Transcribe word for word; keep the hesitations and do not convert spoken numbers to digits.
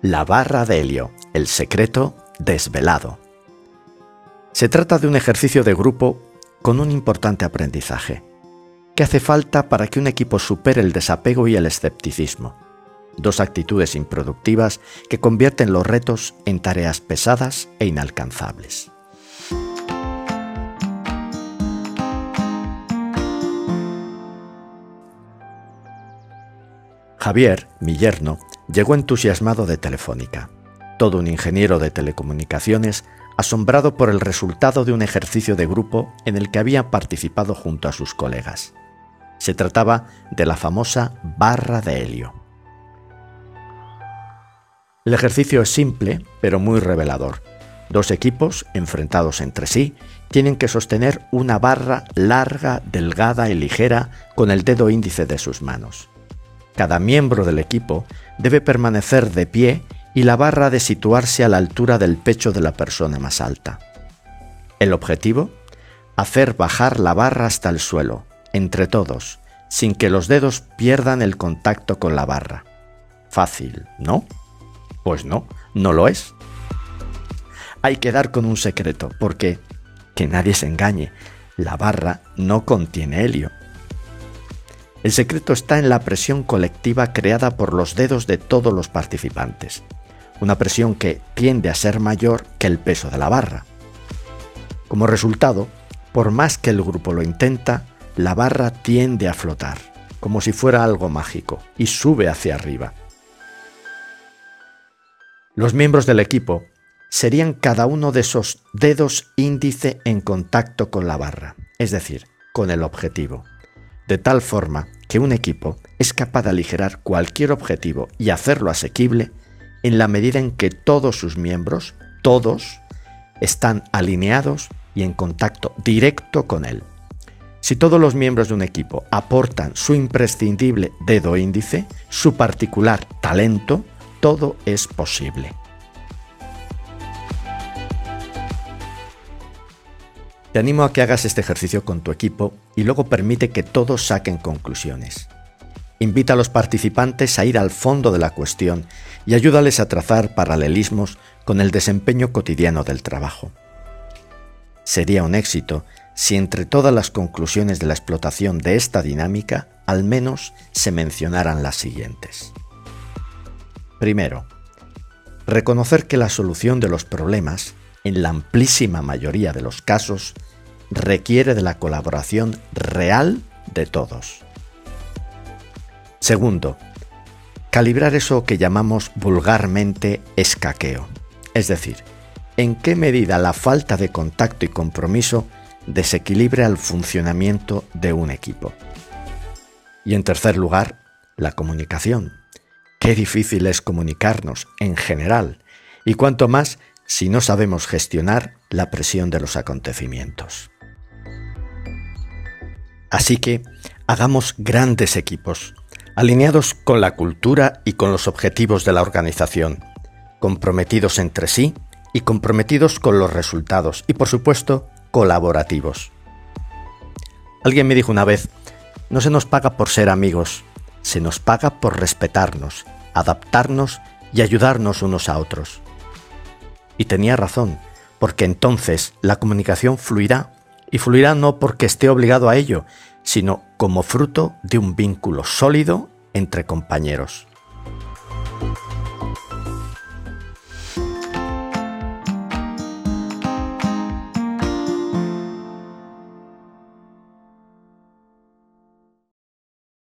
La barra de helio, el secreto desvelado. Se trata de un ejercicio de grupo con un importante aprendizaje. ¿Qué hace falta para que un equipo supere el desapego y el escepticismo? Dos actitudes improductivas que convierten los retos en tareas pesadas e inalcanzables. Javier, mi yerno, llegó entusiasmado de Telefónica, todo un ingeniero de telecomunicaciones, asombrado por el resultado de un ejercicio de grupo en el que había participado junto a sus colegas. Se trataba de la famosa barra de helio. El ejercicio es simple, pero muy revelador. Dos equipos, enfrentados entre sí, tienen que sostener una barra larga, delgada y ligera con el dedo índice de sus manos. Cada miembro del equipo debe permanecer de pie y la barra ha de situarse a la altura del pecho de la persona más alta. El objetivo: hacer bajar la barra hasta el suelo, entre todos, sin que los dedos pierdan el contacto con la barra. Fácil, ¿no? Pues no, no lo es. Hay que dar con un secreto, porque, que nadie se engañe, la barra no contiene helio. El secreto está en la presión colectiva creada por los dedos de todos los participantes, una presión que tiende a ser mayor que el peso de la barra. Como resultado, por más que el grupo lo intenta, la barra tiende a flotar, como si fuera algo mágico, y sube hacia arriba. Los miembros del equipo serían cada uno de esos dedos índice en contacto con la barra, es decir, con el objetivo, de tal forma que un equipo es capaz de aligerar cualquier objetivo y hacerlo asequible en la medida en que todos sus miembros, todos, están alineados y en contacto directo con él. Si todos los miembros de un equipo aportan su imprescindible dedo índice, su particular talento, todo es posible. Te animo a que hagas este ejercicio con tu equipo y luego permite que todos saquen conclusiones. Invita a los participantes a ir al fondo de la cuestión y ayúdales a trazar paralelismos con el desempeño cotidiano del trabajo. Sería un éxito si entre todas las conclusiones de la explotación de esta dinámica al menos se mencionaran las siguientes. Primero, reconocer que la solución de los problemas, en la amplísima mayoría de los casos, requiere de la colaboración real de todos. Segundo, calibrar eso que llamamos vulgarmente escaqueo, es decir, en qué medida la falta de contacto y compromiso desequilibra el funcionamiento de un equipo. Y en tercer lugar, la comunicación. Qué difícil es comunicarnos en general, y cuanto más si no sabemos gestionar la presión de los acontecimientos. Así que hagamos grandes equipos, alineados con la cultura y con los objetivos de la organización, comprometidos entre sí y comprometidos con los resultados y, por supuesto, colaborativos. Alguien me dijo una vez: no se nos paga por ser amigos, se nos paga por respetarnos, adaptarnos y ayudarnos unos a otros. Y tenía razón, porque entonces la comunicación fluirá, y fluirá no porque esté obligado a ello, sino como fruto de un vínculo sólido entre compañeros.